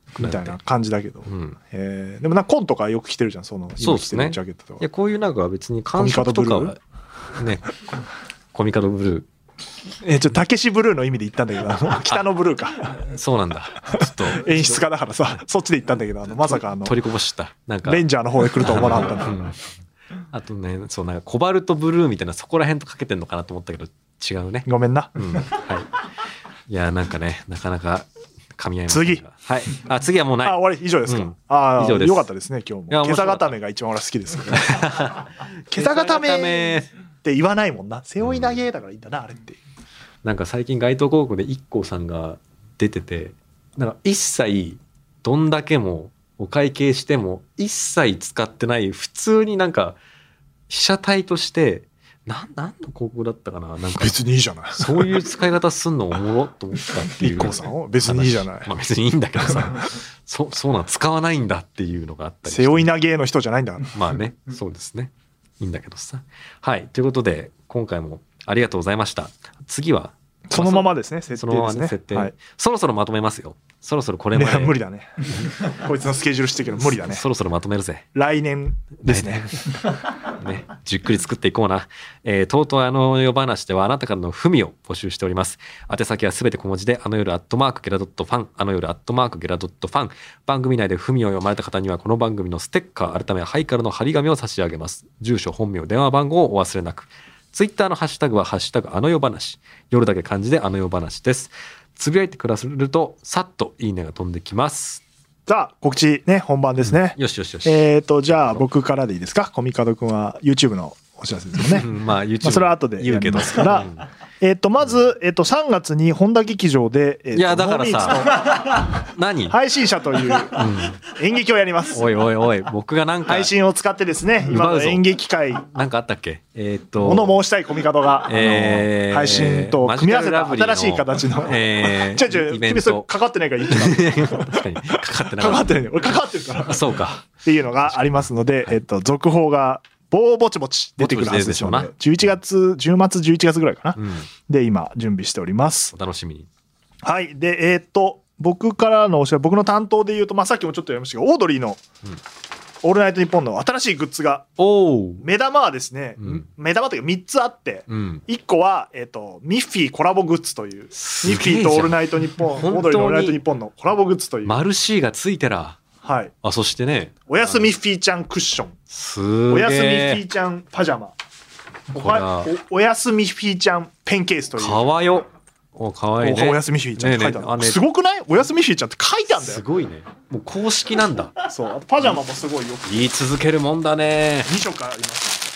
みたいな感じだけど、 うん、 えー、でもなんか紺とかよく着てるじゃん、その今着てるジャケットとか。 いやこういうなんか別に感触とかはね、コミカドブルー。 えー、ちょっとたけしブルーの意味で言ったんだけど、北のブルーか。 そうなんだ。ちょっと演出家だからさ、そっちで言ったんだけど、あのまさかあの取りこぼした。なんかレンジャーの方で来ると思わなかったんだ。うん、 あとね、そうなんかコバルトブルーみたいなそこら辺とかけてんのかなと思ったけど違うね。 ごめんな。 うん、はい。いやなんかね、なかなか噛み合いました。 次。 はい。あ、次はもうない。 あ、終わり、以上ですか。うん、ああ、以上です。よかったですね、今日も。今朝固めが一番俺は好きですけど。今朝固めって言わないもんな。背負い投げだからいいんだな、あれって。 なんか最近街頭広告で アイコー さんが出てて、なんか一切どんだけもお会計しても一切使ってない普通になんか被写体としてな何の広告だったかな、なんか別にいいじゃない。 そういう使い方すんのおもろと思ったっていう。 アイコー さんを別にいいじゃない。 まあ別にいいんだけどさ、そそうなん使わないんだっていうのがあったりして。 背負い投げの人じゃないんだから。 まあね、そうですね。いいんだけどさ。はい、ということで今回もありがとうございました。次はそのままですね、設定ですね。そのままね、設定、 はい、そろそろまとめますよ。そろそろこれまで。 無理だね。こいつのスケジュールしてるけど無理だね。 そろそろまとめるぜ。 来年ですね。 ね、じっくり作っていこうな。えー、とうとうあの夜話ではあなたからの文を募集しております。宛先はすべて小文字で、あの夜アットマークゲラドットファン、あの夜アットマークゲラドットファン。番組内で文を読まれた方にはこの番組のステッカー、改めハイカルの張り紙を差し上げます。住所、本名、電話番号をお忘れなく。ツイッターのハッシュタグはハッシュタグあの夜話。夜だけ漢字であの夜話です。つぶやいてくださるとさっといいねが飛んできます。 さあ告知ね、本番ですね。 うん、よしよしよし。 えっ、ー、とじゃあ僕からでいいですか。コミカドくんは YouTube のお知らせですよね。 うん、まあ YouTube、 まあ、それは後でやりますから。えっとまず、えー、とさんがつに本田劇場で、えー、 いやだからさ何配信者という演劇をやります。 おいおいおい、僕がなんか配信を使ってですね、今の演劇界なんかあったっけ、えっと物申したいコミカドが、えー、配信と組み合わせた新しい形の、えー、ちょいちょい君それかかってないから言ってた。 確かにかかってない。 かかってない。俺かかってるから。 そうか。 っていうのがありますので、えっと続報がぼぼちぼち出てくるはずですよね。じゅういちがつ、じゅうがつ、じゅういちがつぐらいかな。うん、で、今、準備しております。 お楽しみに。 はい。で、えー、っと、僕からのお知らせ、僕の担当で言うと、まあ、さっきもちょっとやりましたが、オードリーの、うんオールナイトニッポンの新しいグッズが、目玉はですね、うん、目玉というかみっつあって、うん、いっこは、えー、とミッフィーコラボグッズという、ミッフィーとオールナイトニッポン、オードリーのオールナイトニッポンのコラボグッズという。 マルシーがついてら。 はい。 あ、そしてね、 おやすみフィーちゃんクッション。 すげー。 おやすみフィーちゃんパジャマ。お, おやすみフィーちゃんペンケースという。 かわよ。おかわいいね。 おやすみフィーちゃんって書いてある。ねえねえ、すごくない？おやすみフィーちゃんって書いてあるんだよ。 すごいね。もう公式なんだ。 そう。あとパジャマもすごいよく。 言い続けるもんだね。 にしょくあります。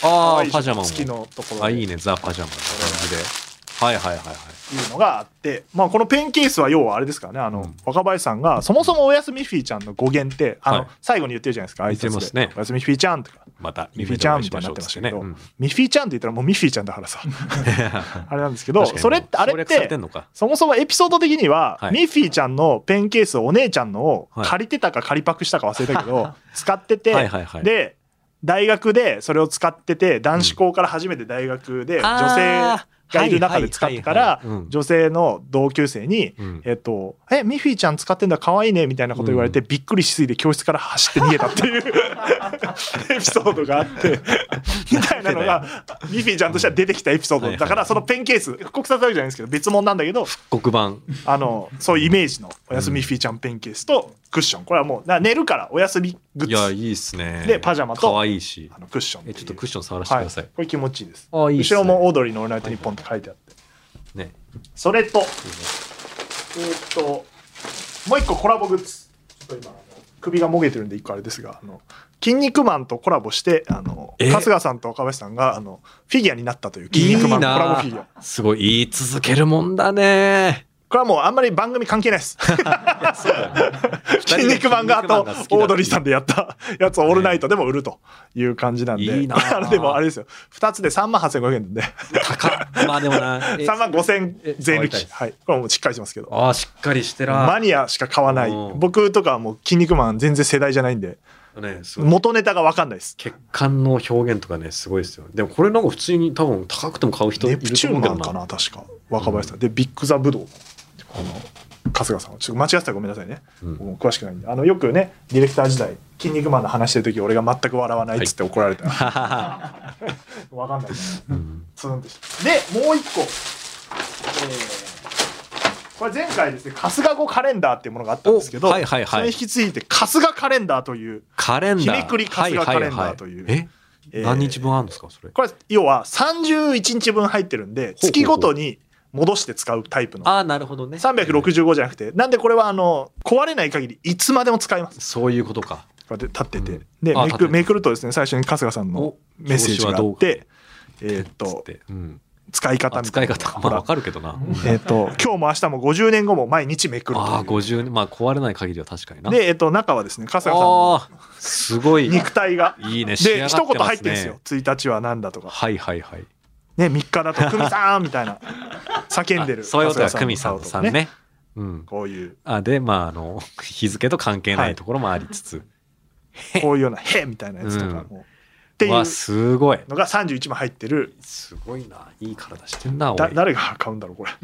ああ、パジャマも。 好きのところ。 あ、いいね。ザ・パジャマの感じで。はいはいはいはい。 いうのがあって、まあ、このペンケースは要はあれですからね、あの、うん、若林さんがそもそもおやすみフィーちゃんの語源ってあの、はい、最後に言ってるじゃないですか。 言ってますね。 おやすみフィーちゃんとかまたミフィーちゃんみたいになってましたけど、ねうん、ミフィーちゃんって言ったらもうミッフィーちゃんだからさあれなんですけど、それってあれってそもそもエピソード的には、はい、ミッフィーちゃんのペンケースをお姉ちゃんのを借りてたか借りパクしたか忘れたけど、はい、使っててはいはい、はい、で大学でそれを使ってて男子校から初めて大学で女性がいる中で使ってから女性の同級生に「えっとえミッフィーちゃん使ってんだ可愛いね」みたいなこと言われてびっくりしすぎて教室から走って逃げたっていうエピソードがあってみたいなのがミッフィーちゃんとしては出てきたエピソードだから、そのペンケース復刻されたわけじゃないんですけど別物なんだけど復刻版あのそういうイメージのおやすみミッフィーちゃんペンケースとクッション、これはもう寝るからおやすみグッズ、 いやいいっすね。 でパジャマと可愛いしあのクッション、 えちょっとクッション触らせてください、 はい、これ気持ちいいです。 あいいっすね、 後ろもオードリーのオールナイトニッポンって書いてあってね、 それと、えー、っともう一個コラボグッズ、ちょっと今首がもげてるんで一個あれですが、あの筋肉マンとコラボしてあの春日さんと若林さんがあのフィギュアになったという筋肉マンコラボフィギュア。 すごい言い続けるもんだね。 これはもうあんまり番組関係ないです筋肉マンがとオードリーさんでやったやつをオールナイトでも売るという感じなんで、 いいなあれでもあれですよ、ふたつでさんまんはっせんごひゃくえんなんで高っ。まあでもなさんまんごせん税抜き、はい、これもうしっかりしてますけど、 ああしっかりしてらマニアしか買わない。僕とかはもう筋肉マン全然世代じゃないんで、ね、元ネタが分かんないです。 血管の表現とかねすごいですよ。でもこれなんか普通に多分高くても買う人いると思うけどな。 ネプチューンマンかな確か若林さん、うん、でビッグザブドウ、あの春日さんはちょっと間違ってたらごめんなさいね、うん、僕も詳しくないんであのよくねディレクター時代筋肉マンの話してる時俺が全く笑わないっつって怒られた、はい、分かんない、うん、ツーンってでもう一個、えー、これ前回ですね春日語カレンダーっていうものがあったんですけど、はいはいはい、それに引き継いで春日カレンダーというカレンダー日めくり春日カレンダーという、はいはいはい、 え何日分あるんですかそれ。 これ要はさんじゅういちにちぶん入ってるんで月ごとに戻して使うタイプの。 ああなるほどね。 さんびゃくろくじゅうごじゃなくて、なんでこれはあの壊れない限りいつまでも使えます。 そういうことか。 こうやって立ってて、うん、でめくめくるとですね最初に春日さんのメッセージがあって、えー、っと、うん、使い方みたいな。 使い方まあわかるけどな。 えー、っと今日も明日もごじゅうねんごも毎日めくるという。 ああごじゅうねんまあ壊れない限りは確かにな。 でえー、っと中はですね春日さんのすごい肉体がいいね。 で一言入ってるんですよ。ついたちはなんだとか。 はいはいはい。 ねみっかだと久美さんみたいな叫んでる。 そういうことは久美さんさんね。 うん、こういうあでまああの日付と関係ないところもありつつ、 はい、こういうような「へ」みたいなやつとかも、うん、っていうのがさんじゅういちまい入ってる。 すごいないい体してんな。 だ誰が買うんだろうこれ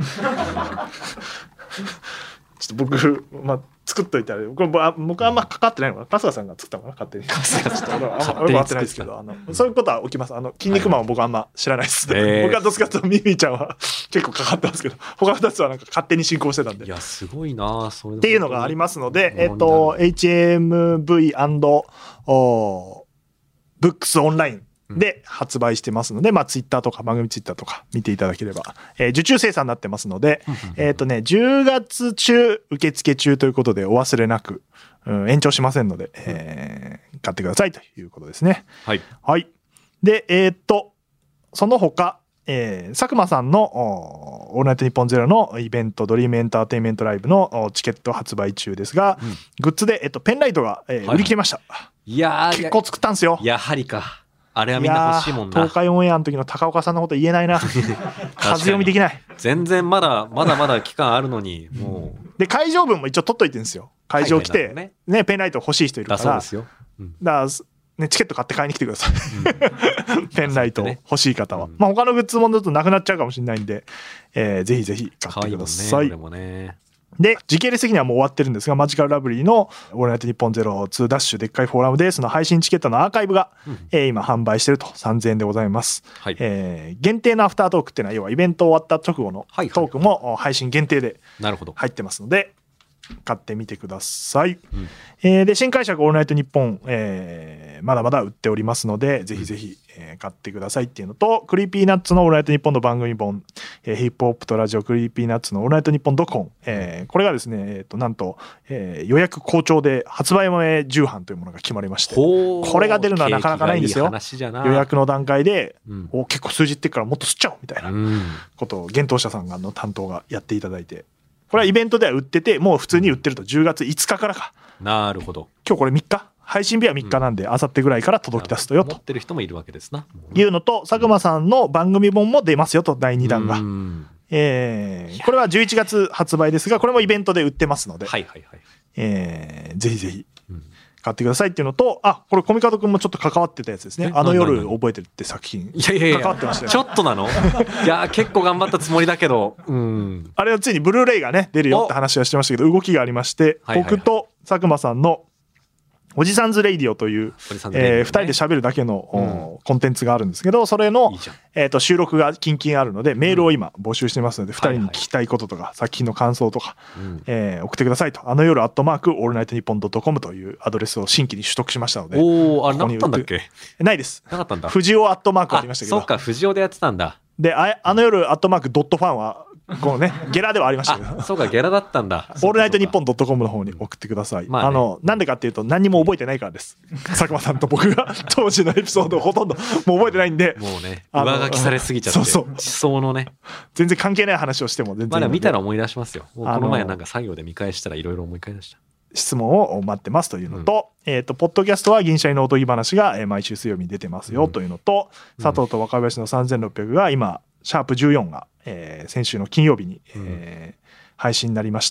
ちょっと僕、まあ、作っといたらこれ僕あんまかかってないのかな。春日さんが作ったのかな勝手に。春日ちょっと俺はあんまよく分かってないですけどあのそういうことは起きます。あの筋肉マンは僕あんま知らないです、はい、僕はどっちかというとミミちゃんは結構かかってますけど他のふたつはなんか勝手に進行してたんで。 いやすごいなそれっていうのがありますので、えっと エイチエムブイ おブックスオンラインで発売してますので、まあ、ツイッターとか番組ツイッターとか見ていただければ、えー、受注生産になってますので、えっとね、じゅうがつ中受付中ということでお忘れなく、うん、延長しませんので、えー、買ってくださいということですね。 はい。 はい。で、えー、っと、その他、えー、佐久間さんのオールナイトニッポンゼロのイベントドリームエンターテインメントライブのチケット発売中ですが、うん、グッズで、えっと、ペンライトが、えーはい、売り切れました。 いやー結構作ったんですよ。 やはりか。あれはみんな欲しいもんな。 東海オンエアの時の高岡さんのこと言えないな風読みできない。 全然まだまだまだ期間あるのにもうで会場分も一応取っといてるんですよ。会場来て、はいはいねね、ペンライト欲しい人いるから。 そうですよ、うん、 だからね、チケット買って買いに来てください、うん、ペンライト欲しい方は、うん、まあ他のグッズもちょっとなくなっちゃうかもしれないんで、えー、ぜひぜひ買ってください。 いいもんね、俺もね。 で時系列的にはもう終わってるんですがマジカルラブリーの「オールナイトニッポンゼロツーダッシュでっかいフォーラム」でその配信チケットのアーカイブが、うんえー、今販売してるとさんぜんえんでございます、はいえー、限定のアフタートークっていうのは要はイベント終わった直後のトークも配信限定で入ってますので買ってみてください、うんえー、で新解釈オールナイトニッポン、えー、まだまだ売っておりますのでぜひぜひ、えー、買ってくださいっていうのとクリーピーナッツのオールナイトニッポンの番組本、えー、ヒップホップとラジオクリーピーナッツのオールナイトニッポンドコン、えー、これがですね、えー、となんと、えー、予約好調で発売前重版というものが決まりましてこれが出るのはなかなかないんですよ。 いい予約の段階で、うん、お結構数字いってっからもっと吸っちゃおうみたいなことを幻冬舎さんがの担当がやっていただいてこれはイベントでは売っててもう普通に売ってるとじゅうがついつかからか。 なるほど。 今日これみっか配信日はみっかなんであさってぐらいから届き出すとよと持ってる人もいるわけですないうのと佐久間さんの番組本も出ますよとだいにだんが、うんえー、これはじゅういちがつ発売ですがこれもイベントで売ってますので、はいはいはいえー、ぜひぜひ買ってくださいっていうのとあこれコミカドくんもちょっと関わってたやつですね。あの夜覚えてるって作品いやいやいや関わってましたよ、 ね、ちょっとなのいや結構頑張ったつもりだけどうんあれはついにブルーレイがね出るよって話はしてましたけど動きがありまして、はいはいはい、僕と佐久間さんのおじさんずレイディオという、えー、ふたりで喋るだけの、うん、コンテンツがあるんですけどそれのいいえー、と収録がキンキンあるのでメールを今募集してますので、うん、ふたりに聞きたいこととか、はいはい、作品の感想とか、うんえー、送ってくださいとあの夜アットマークオールナイトニッポンドットコムというアドレスを新規に取得しましたのでおあれなかったんだっけ。 ないですなかったんだ。 藤尾アットマークありましたけどそうか藤尾でやってたんだ。 で あ, あの夜アットマークドットファンはこうねゲラではありましたけどそうかゲラだったんだ。 オールナイトニッポンドットコムの方に送ってください、まあね、あのなんでかっていうと何にも覚えてないからです佐久間さんと僕が当時のエピソードをほとんどもう覚えてないんでもうね上書きされすぎちゃってそうそう思想のね全然関係ない話をしても全然まだ見たら思い出しますよ。この前なんか作業で見返したらいろいろ思い返した質問を待ってますというのと、うん、えっ、ー、とポッドキャストは銀シャリのおとぎ話が、えー、毎週水曜日に出てますよというのと、うん、佐藤と若林のさんぜんろっぴゃくが今シャープじゅうよんが、えー、先週の金曜日に、えー、配信になりました。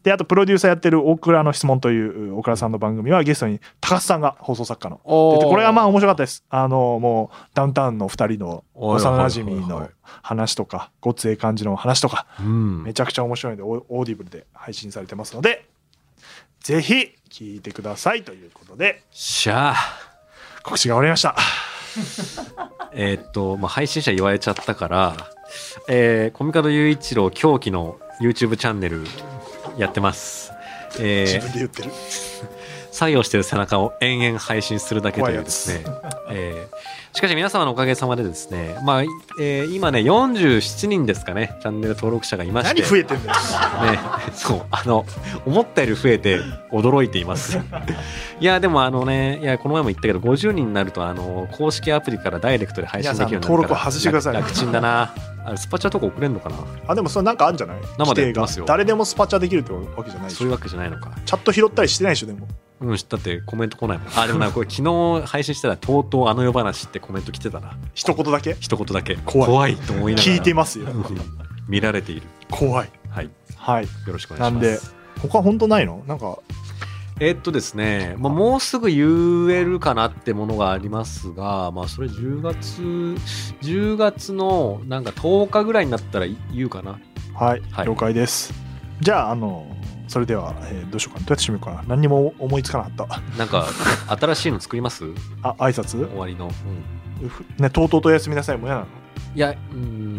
であとプロデューサーやってる大倉の質問という大倉さんの番組はゲストに高須さんが放送作家の出て、これはまあ面白かったです。あのもうダウンタウンのふたりの幼馴染の話とかごっつええ感じの話とか、うん、めちゃくちゃ面白いのでオーディブルで配信されてますのでぜひ聞いてくださいということで、 しゃあ告知が終わりましたえっと、まあ、配信者言われちゃったから、えー、コミカド雄一郎狂気の YouTube チャンネルやってます、 えー、自分で言ってる作業してる背中を延々配信するだけというですね、えー、しかし皆様のおかげさまでですね、まあえー、今ねよんじゅうななにんですかねチャンネル登録者がいまして、 何増えてんだよ、 ね、そうあの思ったより増えて驚いていますいやでもあのねいやこの前も言ったけどごじゅうにんになるとあの公式アプリからダイレクトで配信できるようになるから登録を外してください。 楽ちんだな。あれスパチャとか送れんのかな。 あでもそれなんかあるんじゃない、 生でやってますよ。 誰でもスパチャできるってわけじゃないでしょ。 そういうわけじゃないのか。 チャット拾ったりしてないでしょでも。 うん、だってコメント来ないもん。あでもなこれ昨日配信したらとうとうあの夜話ってコメント来てたな。 一言だけ一言だけ怖い怖いと思いながら聞いてますよ見られている。 怖い。 はい、 はい、 よろしくお願いします。 なんで他本当ないのなんかえー、っとですね、まあ、もうすぐ言えるかなってものがありますが、まあ、それじゅうがつじゅうがつのなんかとおかぐらいになったら言うかな。 はい、はい、了解です。じゃああのそれでは、えー、どうしようかな、どうやって締めようかな、何にも思いつかなかった。 なんか新しいの作ります？ あ、挨拶？ 終わりの、 うん、ね、とうとうとおやすみなさいも嫌なの？ いや、うん、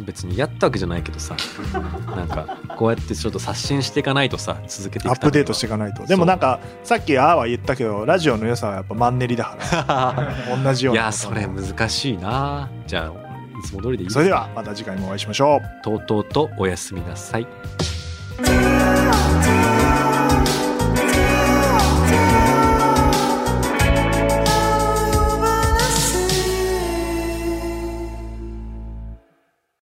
別にやったわけじゃないけどさなんかこうやってちょっと刷新していかないとさ、続けていくためにはアップデートしていかないと。でもなんかさっきあーは言ったけどラジオの良さはやっぱマンネリだから同じような。 いやそれ難しいな。じゃあいつも通りでいいですか。 それではまた次回もお会いしましょう。 とうとうとおやすみなさい。